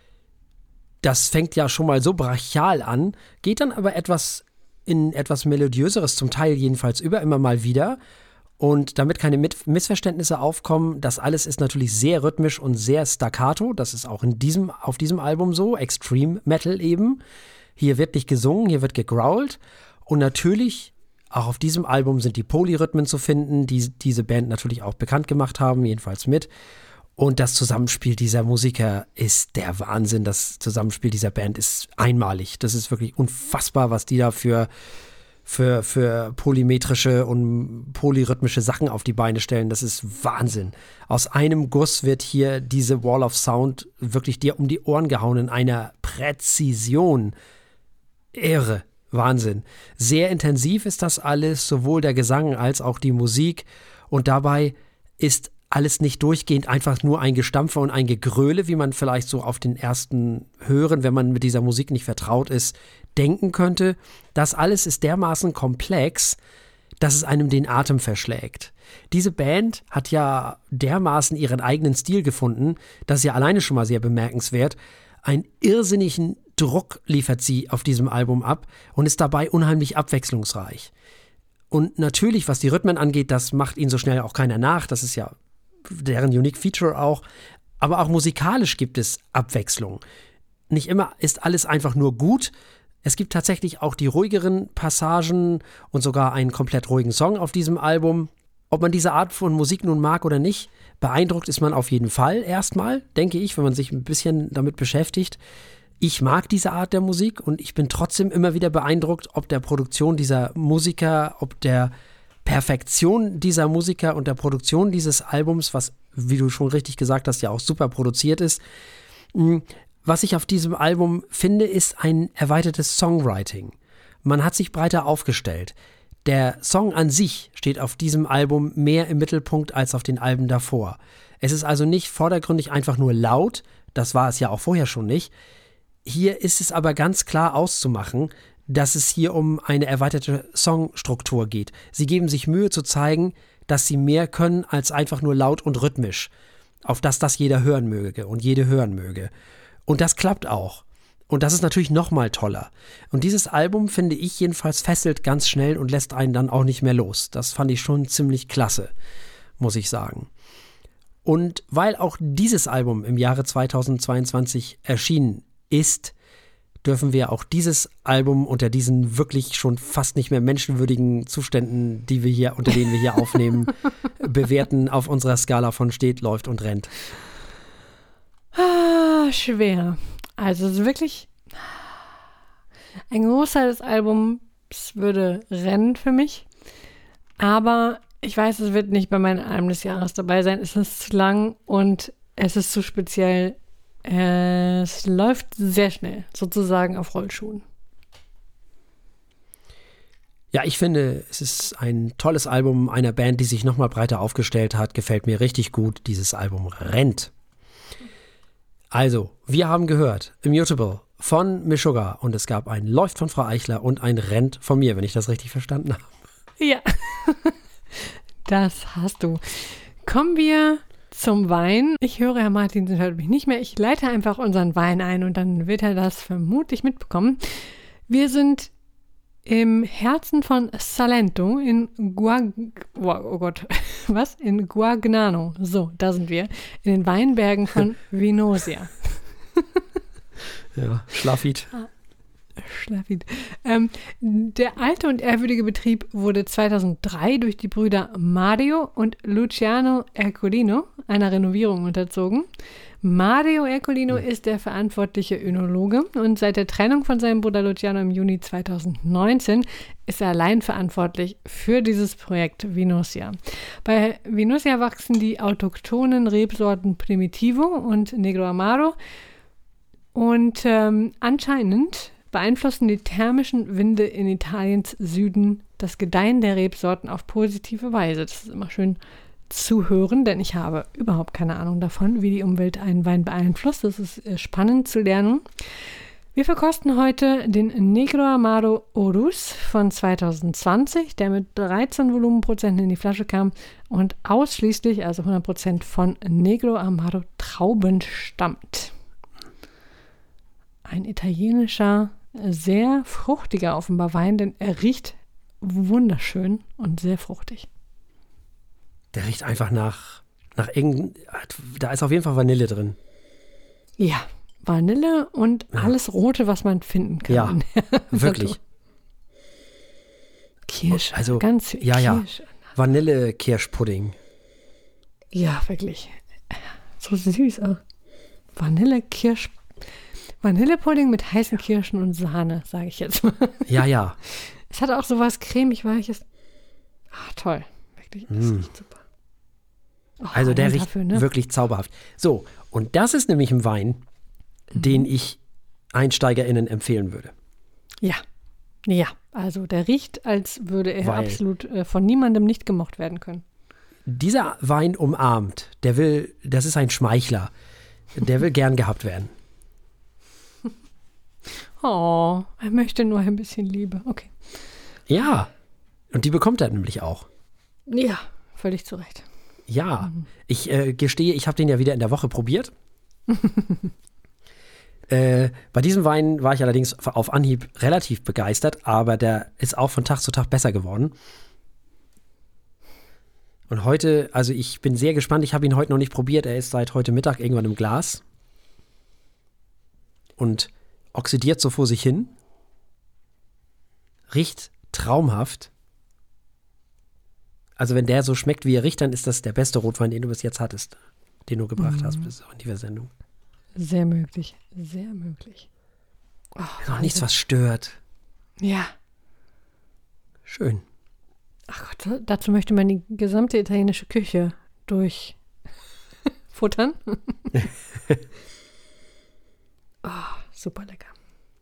Das fängt ja schon mal so brachial an, geht dann aber etwas in etwas Melodiöseres, zum Teil jedenfalls über, immer mal wieder. Und damit keine Mit- Missverständnisse aufkommen, das alles ist natürlich sehr rhythmisch und sehr staccato. Das ist auch in diesem, auf diesem Album so, Extreme Metal eben. Hier wird nicht gesungen, hier wird gegrowlt. Und natürlich, auch auf diesem Album sind die Polyrhythmen zu finden, die diese Band natürlich auch bekannt gemacht haben, jedenfalls mit. Und das Zusammenspiel dieser Musiker ist der Wahnsinn. Das Zusammenspiel dieser Band ist einmalig. Das ist wirklich unfassbar, was die da für Für, für polymetrische und polyrhythmische Sachen auf die Beine stellen. Das ist Wahnsinn. Aus einem Guss wird hier diese Wall of Sound wirklich dir um die Ohren gehauen in einer Präzision. Irre. Wahnsinn. Sehr intensiv ist das alles, sowohl der Gesang als auch die Musik. Und dabei ist alles nicht durchgehend einfach nur ein Gestampfe und ein Gegröle, wie man vielleicht so auf den ersten Hören, wenn man mit dieser Musik nicht vertraut ist, denken könnte. Das alles ist dermaßen komplex, dass es einem den Atem verschlägt. Diese Band hat ja dermaßen ihren eigenen Stil gefunden, das ist ja alleine schon mal sehr bemerkenswert. Einen irrsinnigen Druck liefert sie auf diesem Album ab und ist dabei unheimlich abwechslungsreich. Und natürlich, was die Rhythmen angeht, das macht ihnen so schnell auch keiner nach. Das ist ja deren Unique Feature auch. Aber auch musikalisch gibt es Abwechslung. Nicht immer ist alles einfach nur gut. Es gibt tatsächlich auch die ruhigeren Passagen und sogar einen komplett ruhigen Song auf diesem Album. ob man diese Art von Musik nun mag oder nicht, beeindruckt ist man auf jeden Fall erstmal, denke ich, wenn man sich ein bisschen damit beschäftigt. Ich mag diese Art der Musik und ich bin trotzdem immer wieder beeindruckt, ob der Produktion dieser Musiker, ob der Perfektion dieser Musiker und der Produktion dieses Albums, was, wie du schon richtig gesagt hast, ja auch super produziert ist. Was ich auf diesem Album finde, ist ein erweitertes Songwriting. Man hat sich breiter aufgestellt. Der Song an sich steht auf diesem Album mehr im Mittelpunkt als auf den Alben davor. Es ist also nicht vordergründig einfach nur laut, das war es ja auch vorher schon nicht. Hier ist es aber ganz klar auszumachen, dass es hier um eine erweiterte Songstruktur geht. Sie geben sich Mühe zu zeigen, dass sie mehr können als einfach nur laut und rhythmisch, auf dass das jeder hören möge und jede hören möge. Und das klappt auch. Und das ist natürlich noch mal toller. Und dieses Album, finde ich jedenfalls, fesselt ganz schnell und lässt einen dann auch nicht mehr los. Das fand ich schon ziemlich klasse, muss ich sagen. Und weil auch dieses Album im Jahre zweitausendzweiundzwanzig erschienen ist, dürfen wir auch dieses Album unter diesen wirklich schon fast nicht mehr menschenwürdigen Zuständen, die wir hier, unter denen wir hier aufnehmen, bewerten auf unserer Skala von steht, läuft und rennt.
Ah, schwer. Also es ist wirklich ein Großteil des Albums würde rennen für mich. Aber ich weiß, es wird nicht bei meinen Alben des Jahres dabei sein. Es ist zu lang und es ist zu speziell. Es läuft sehr schnell, sozusagen auf Rollschuhen.
Ja, ich finde, es ist ein tolles Album einer Band, die sich nochmal breiter aufgestellt hat. Gefällt mir richtig gut. Dieses Album rennt. Also, wir haben gehört, Immutable von Meshuggah und es gab ein Läuft von Frau Eichler und ein Rennt von mir, wenn ich das richtig verstanden habe.
Ja, das hast du. Kommen wir zum Wein. Ich höre, Herr Martin hört mich nicht mehr. Ich leite einfach unseren Wein ein und dann wird er das vermutlich mitbekommen. Wir sind im Herzen von Salento in Guag... Oh Gott, was? In Guagnano. So, da sind wir. In den Weinbergen von Vinosia.
Ja, Schlafit.
Ah, Schlafit. Ähm, der alte und ehrwürdige Betrieb wurde zweitausenddrei durch die Brüder Mario und Luciano Ercolino einer Renovierung unterzogen. Mario Ercolino ist der verantwortliche Önologe und seit der Trennung von seinem Bruder Luciano im Juni zweitausendneunzehn ist er allein verantwortlich für dieses Projekt Vinosia. Bei Vinosia wachsen die autochthonen Rebsorten Primitivo und Negro Amaro und ähm, anscheinend beeinflussen die thermischen Winde in Italiens Süden das Gedeihen der Rebsorten auf positive Weise. Das ist immer schön zu hören, denn ich habe überhaupt keine Ahnung davon, wie die Umwelt einen Wein beeinflusst. Das ist äh, spannend zu lernen. Wir verkosten heute den Negro Amaro Orus von zweitausendzwanzig, der mit dreizehn Volumenprozenten in die Flasche kam und ausschließlich, also hundert Prozent von Negro Amaro Trauben stammt. Ein italienischer, sehr fruchtiger offenbar Wein, denn er riecht wunderschön und sehr fruchtig.
Der riecht einfach nach, nach irgendein, da ist auf jeden Fall Vanille drin.
Ja, Vanille und ja. Alles Rote, was man finden kann.
Ja, wirklich.
Kirsch,
also,
ganz
ja,
Kirsch.
Ja, Vanille-Kirschpudding.
Ja, wirklich. So süß auch. Vanille-Kirsch, Vanillepudding mit heißen Kirschen und Sahne, sage ich jetzt mal.
Ja, ja.
Es hat auch so was cremig-weiches. Ach, toll. Wirklich, das
mm.
riecht super. Oh,
also der riecht
dafür, ne?
wirklich zauberhaft. So, und das ist nämlich ein Wein, mhm. den ich EinsteigerInnen empfehlen würde.
Ja, ja. Also der riecht, als würde er
Weil
absolut äh, von niemandem nicht gemocht werden können.
Dieser Wein umarmt, der will, das ist ein Schmeichler, der will gern gehabt werden.
Oh, er möchte nur ein bisschen Liebe. Okay.
Ja, und die bekommt er nämlich auch.
Ja, völlig zu Recht.
Ja, mhm. ich äh, gestehe, ich habe den ja wieder in der Woche probiert. äh, bei diesem Wein war ich allerdings auf Anhieb relativ begeistert, aber der ist auch von Tag zu Tag besser geworden. Und heute, also ich bin sehr gespannt, ich habe ihn heute noch nicht probiert, er ist seit heute Mittag irgendwann im Glas und oxidiert so vor sich hin, riecht traumhaft. Also wenn der so schmeckt, wie er riecht, dann ist das der beste Rotwein, den du bis jetzt hattest, den du gebracht mhm. hast bis in dieser Sendung.
Sehr möglich, sehr möglich. Oh,
noch also. Nichts, was stört.
Ja.
Schön.
Ach Gott, dazu möchte man die gesamte italienische Küche durchfuttern. Oh, super lecker.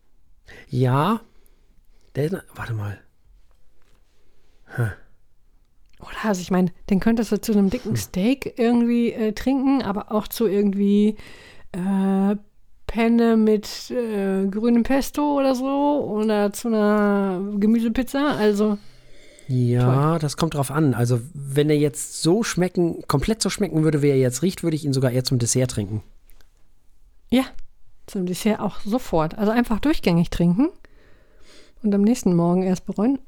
Ja. Der, warte mal. Hm.
Oder also ich meine, den könntest du zu einem dicken Steak irgendwie äh, trinken, aber auch zu irgendwie äh, Penne mit äh, grünem Pesto oder so oder zu einer Gemüsepizza. Also
ja,
toll.
Das kommt drauf an. Also wenn er jetzt so schmecken, komplett so schmecken würde, wie er jetzt riecht, würde ich ihn sogar eher zum Dessert trinken.
Ja, zum Dessert auch sofort. Also einfach durchgängig trinken und am nächsten Morgen erst bereuen.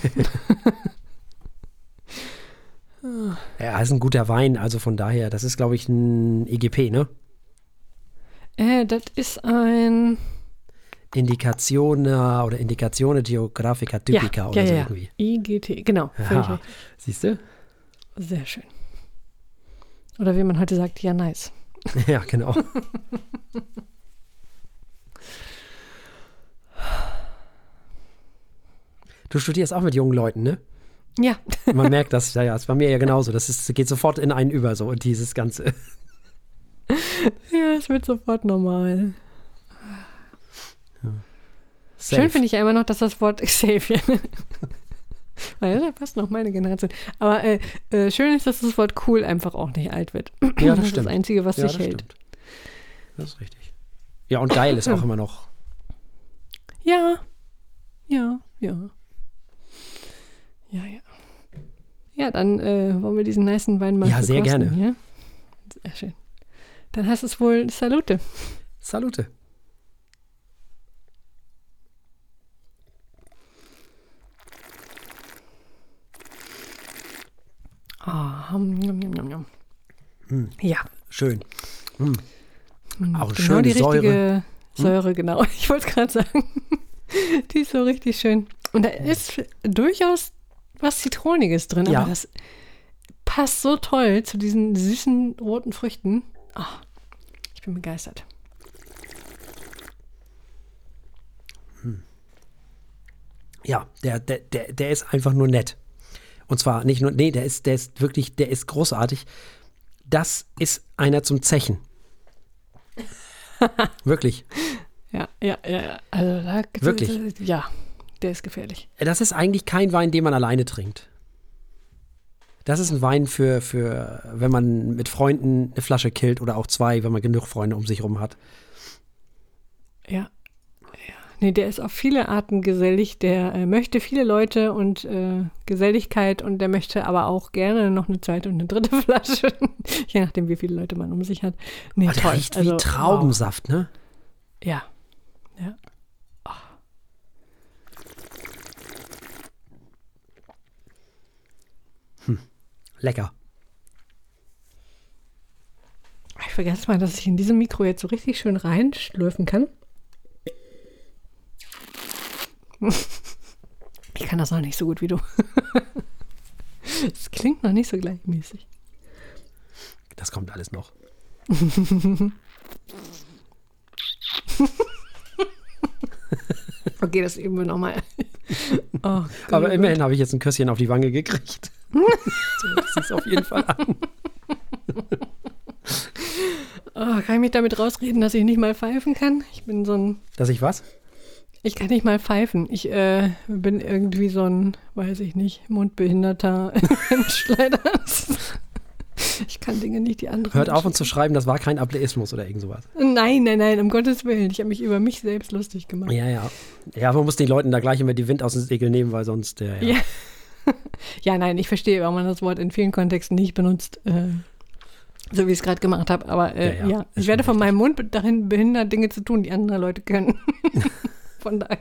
Ja, ist ein guter Wein, also von daher, das ist, glaube ich, ein E G P, ne?
Äh, das ist ein
Indikazione oder Indikazione Geografica Typica
ja,
oder
ja,
so
ja.
irgendwie.
I G T, genau.
Ja, siehst du?
Sehr schön. Oder wie man heute sagt, ja, nice.
Ja, genau. Du studierst auch mit jungen Leuten, ne?
Ja.
Man merkt das, ja, ja, ist bei mir ja genauso. Das ist, geht sofort in einen über, so, und dieses Ganze.
Ja, es wird sofort normal.
Ja.
Schön finde ich ja immer noch, dass das Wort safe, ja. Weil da passt noch meine Generation. Aber äh, äh, schön ist, dass das Wort cool einfach auch nicht alt wird.
Ja, das,
das
stimmt.
ist das Einzige, was
ja,
sich
das
hält.
Stimmt. Das ist richtig. Ja, und geil ist auch immer noch.
Ja, ja, ja. Ja, ja. Ja, dann äh, wollen wir diesen nicen Wein mal
Ja, sehr
verkosten,
gerne.
Ja? Sehr schön. Dann heißt es wohl Salute.
Salute.
Oh, yum, yum, yum, yum.
Hm.
Ja.
Schön. Hm. Auch
genau
schöne
die richtige
Säure.
Säure, hm? genau. Ich wollte es gerade sagen. Die ist so richtig schön. Und da ist durchaus was Zitroniges drin,
ja.
aber das passt so toll zu diesen süßen roten Früchten. Oh, ich bin begeistert.
Hm. Ja, der, der, der, der ist einfach nur nett. Und zwar nicht nur, nee, der ist, der ist wirklich, der ist großartig. Das ist einer zum Zechen. Wirklich.
Ja, ja, ja, ja. Also da,
Wirklich?
Ja, der ist gefährlich.
Das ist eigentlich kein Wein, den man alleine trinkt. Das ist ein Wein für, für, wenn man mit Freunden eine Flasche killt oder auch zwei, wenn man genug Freunde um sich rum hat.
Ja. Ja. Nee, der ist auf viele Arten gesellig. Der äh, möchte viele Leute und äh, Geselligkeit und der möchte aber auch gerne noch eine zweite und eine dritte Flasche. Je nachdem, wie viele Leute man um sich hat. Nee,
oh, der
toll.
riecht
also,
wie Traubensaft, wow. Ne?
Ja. Ja. Oh.
Hm. Lecker.
Ich vergesse mal, dass ich in diesem Mikro jetzt so richtig schön reinschlürfen kann. Ich kann das noch nicht so gut wie du. Es klingt noch nicht so gleichmäßig.
Das kommt alles noch.
Okay, das üben wir nochmal. Oh,
aber immerhin habe ich jetzt ein Küsschen auf die Wange gekriegt. So, das ist auf jeden Fall an.
Oh, kann ich mich damit rausreden, dass ich nicht mal pfeifen kann? Ich bin so ein...
Dass ich was?
Ich kann nicht mal pfeifen. Ich äh, bin irgendwie so ein, weiß ich nicht, mundbehinderter Mensch leider. Ich kann Dinge nicht, die anderen...
Hört auf, uns zu schreiben, das war kein Ableismus oder irgend sowas.
Nein, nein, nein, um Gottes Willen. Ich habe mich über mich selbst lustig gemacht.
Ja, ja. Ja, man muss den Leuten da gleich immer die Wind aus dem Segel nehmen, weil sonst... Ja, ja.
Ja. Ja, nein, ich verstehe, warum man das Wort in vielen Kontexten nicht benutzt, äh, so wie ich es gerade gemacht habe. Aber äh, ja, ja, ja ich werde von richtig. meinem Mund darin behindert, Dinge zu tun, die andere Leute können. Von daher.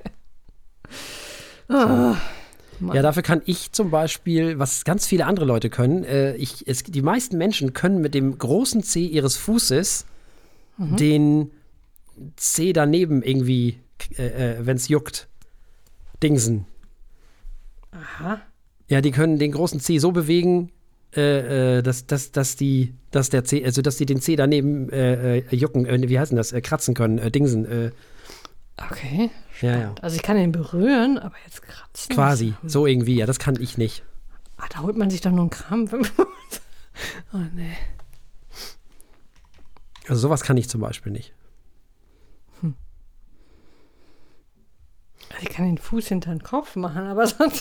Oh, ja, dafür kann ich zum Beispiel, was ganz viele andere Leute können, äh, ich, es, die meisten Menschen können mit dem großen Zeh ihres Fußes mhm. den Zeh daneben irgendwie, äh, äh, wenn es juckt, dingsen.
Aha.
Ja, die können den großen Zeh so bewegen, äh, äh, dass, dass, dass die, dass der Zeh, also dass die den Zeh daneben äh, äh, jucken, äh, wie heißt denn das, äh, kratzen können, äh, dingsen. Äh.
Okay.
Ja, ja.
Also ich kann ihn berühren, aber jetzt kratzen.
Quasi, so irgendwie, ja, das kann ich nicht.
Ah, da holt man sich doch nur einen Krampf. Oh, nee.
Also sowas kann ich zum Beispiel nicht.
Hm. Also ich kann den Fuß hinter den Kopf machen, aber sonst...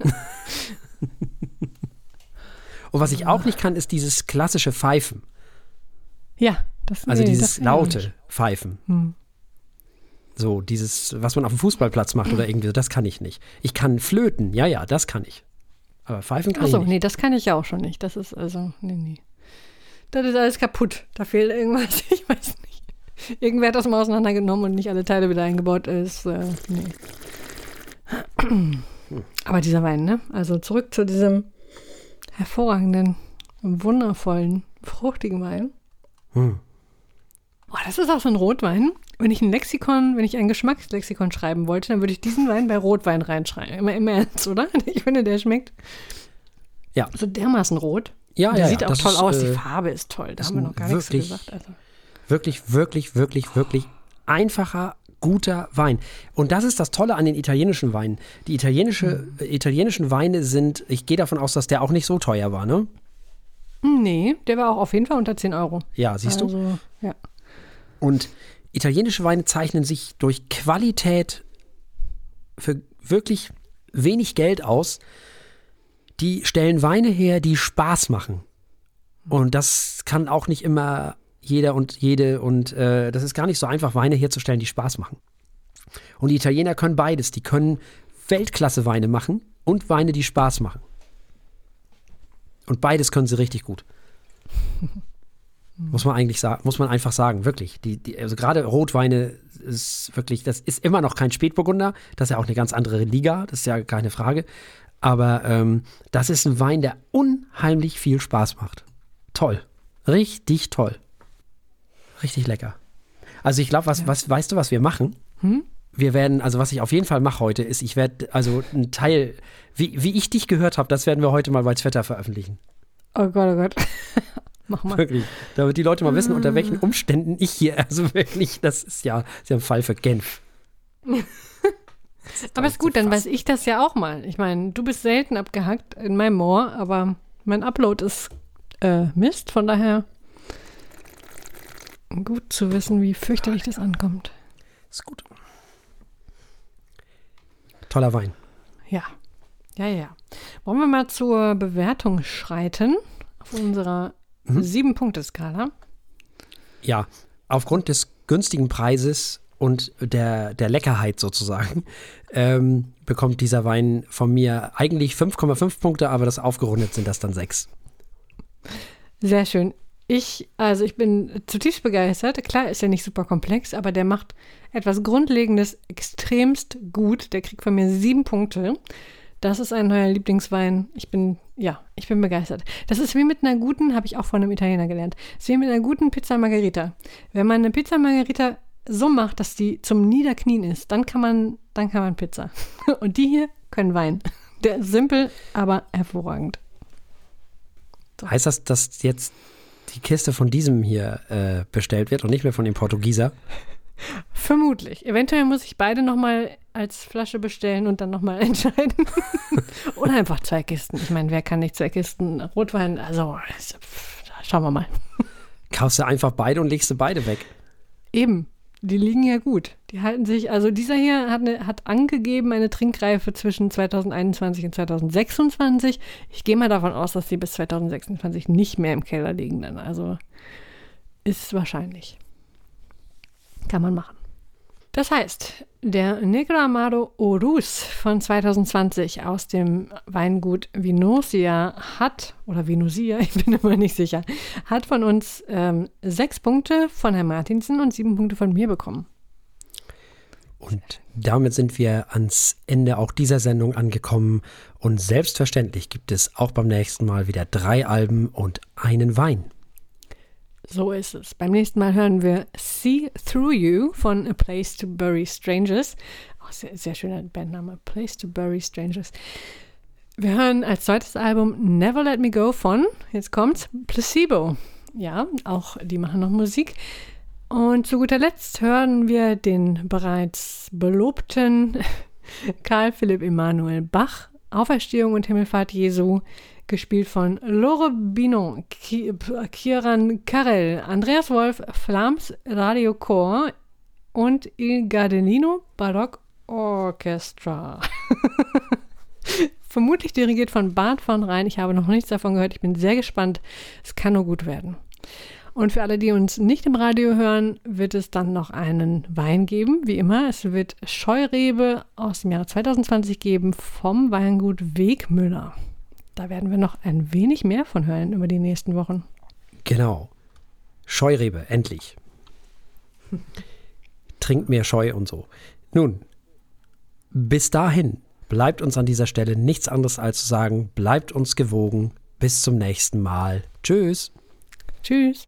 Und was ich auch nicht kann, ist dieses klassische Pfeifen.
Ja, das
Also
nee,
dieses
das
laute Pfeifen.
Hm.
So, dieses, was man auf dem Fußballplatz macht oder irgendwie, das kann ich nicht. Ich kann flöten, ja, ja, das kann ich. Aber pfeifen kann
Achso,
ich nicht.
nee, das kann ich ja auch schon nicht. Das ist also, nee, nee. Das ist alles kaputt. Da fehlt irgendwas, ich weiß nicht. Irgendwer hat das mal auseinandergenommen und nicht alle Teile wieder eingebaut. Ist, äh, nee. Aber dieser Wein, ne? Also zurück zu diesem hervorragenden, wundervollen, fruchtigen Wein.
Hm.
Oh, das ist auch so ein Rotwein. Wenn ich ein Lexikon, wenn ich ein Geschmackslexikon schreiben wollte, dann würde ich diesen Wein bei Rotwein reinschreiben. Immer im Ernst, oder? Ich finde, der schmeckt
ja.
so dermaßen rot.
Ja,
der
ja,
sieht
ja,
auch
das
toll
ist,
aus.
äh,
Die Farbe ist toll. Da
ist
haben wir noch gar nichts zu
wirklich,
gesagt. Also.
Wirklich, wirklich, wirklich, wirklich einfacher, guter Wein. Und das ist das Tolle an den italienischen Weinen. Die italienische,
Mhm.
äh, italienischen Weine sind, ich gehe davon aus, dass der auch nicht so teuer war, ne?
Nee, der war auch auf jeden Fall unter zehn Euro.
Ja, siehst
also,
du?
Ja.
Und italienische Weine zeichnen sich durch Qualität für wirklich wenig Geld aus. Die stellen Weine her, die Spaß machen. Und das kann auch nicht immer jeder und jede. Und äh, das ist gar nicht so einfach, Weine herzustellen, die Spaß machen. Und die Italiener können beides. Die können Weltklasse-Weine machen und Weine, die Spaß machen. Und beides können sie richtig gut. Muss man eigentlich sagen, muss man einfach sagen, wirklich. Die, die, also gerade Rotweine ist wirklich, das ist immer noch kein Spätburgunder, das ist ja auch eine ganz andere Liga, das ist ja keine Frage. Aber ähm, das ist ein Wein, der unheimlich viel Spaß macht. Toll. Richtig toll. Richtig lecker. Also ich glaube, was,
Ja.
was, weißt du, was wir machen?
Hm?
Wir werden, also was ich auf jeden Fall mache heute, ist, ich werde, also ein Teil, wie, wie ich dich gehört habe, das werden wir heute mal bei Twitter veröffentlichen.
Oh Gott, oh Gott. Mach mal.
Wirklich. Damit die Leute mal wissen, unter welchen Umständen ich hier, also wirklich, das ist ja, das ist ja ein Fall für Genf.
Aber ist gut, dann weiß ich das ja auch mal. Ich meine, du bist selten abgehackt in meinem Ohr, aber mein Upload ist äh, Mist, von daher gut zu wissen, wie fürchterlich das ankommt.
Ist gut. Toller Wein.
Ja, ja, ja. Wollen wir mal zur Bewertung schreiten auf unserer
Mhm.
Sieben-Punkte-Skala?
Ja, aufgrund des günstigen Preises und der, der Leckerheit sozusagen, ähm, bekommt dieser Wein von mir eigentlich fünf Komma fünf Punkte, aber das aufgerundet sind das dann sechs.
Sehr schön. Ich, also ich bin zutiefst begeistert. Klar, ist ja nicht super komplex, aber der macht etwas Grundlegendes extremst gut. Der kriegt von mir sieben Punkte. Das ist ein neuer Lieblingswein. Ich bin, ja, ich bin begeistert. Das ist wie mit einer guten, habe ich auch von einem Italiener gelernt, ist wie mit einer guten Pizza Margherita. Wenn man eine Pizza Margherita so macht, dass die zum Niederknien ist, dann kann man, dann kann man Pizza. Und die hier können Wein. Der ist simpel, aber hervorragend. So.
Heißt das, dass jetzt die Kiste von diesem hier äh, bestellt wird und nicht mehr von dem Portugieser?
Vermutlich. Eventuell muss ich beide nochmal als Flasche bestellen und dann nochmal entscheiden. Oder einfach zwei Kisten. Ich meine, wer kann nicht zwei Kisten Rotwein? Also, schauen wir mal.
Kaufst du einfach beide und legst du beide weg.
Eben. Die liegen ja gut. Die halten sich, also dieser hier hat, eine, hat angegeben eine Trinkreife zwischen zweitausendeinundzwanzig und zweitausendsechsundzwanzig. Ich gehe mal davon aus, dass die bis zweitausendsechsundzwanzig nicht mehr im Keller liegen dann. Also ist wahrscheinlich. Kann man machen. Das heißt, der Negro Amaro Orus von zweitausendzwanzig aus dem Weingut Vinosia hat, oder Vinosia, ich bin immer nicht sicher, hat von uns ähm, sechs Punkte von Herrn Martinsen und sieben Punkte von mir bekommen.
Und damit sind wir ans Ende auch dieser Sendung angekommen. Und selbstverständlich gibt es auch beim nächsten Mal wieder drei Alben und einen Wein.
So ist es. Beim nächsten Mal hören wir See Through You von A Place to Bury Strangers. Auch sehr, sehr schöner Bandname. A Place to Bury Strangers. Wir hören als zweites Album Never Let Me Go von, jetzt kommt's, Placebo. Ja, auch die machen noch Musik. Und zu guter Letzt hören wir den bereits belobten Karl Philipp Emanuel Bach, Auferstehung und Himmelfahrt Jesu, gespielt von Laure Binon, Ki- Kieran Karel, Andreas Wolf, Flams Radio Chor und Il Gardelino Baroque Orchestra. Vermutlich dirigiert von Bart von Rhein. Ich habe noch nichts davon gehört. Ich bin sehr gespannt. Es kann nur gut werden. Und für alle, die uns nicht im Radio hören, wird es dann noch einen Wein geben, wie immer. Es wird Scheurebe aus dem Jahre zwanzig zwanzig geben vom Weingut Wegmüller. Da werden wir noch ein wenig mehr von hören über die nächsten Wochen.
Genau. Scheurebe, endlich. Trinkt mehr Scheu und so. Nun, bis dahin bleibt uns an dieser Stelle nichts anderes als zu sagen, bleibt uns gewogen. Bis zum nächsten Mal. Tschüss.
Tschüss.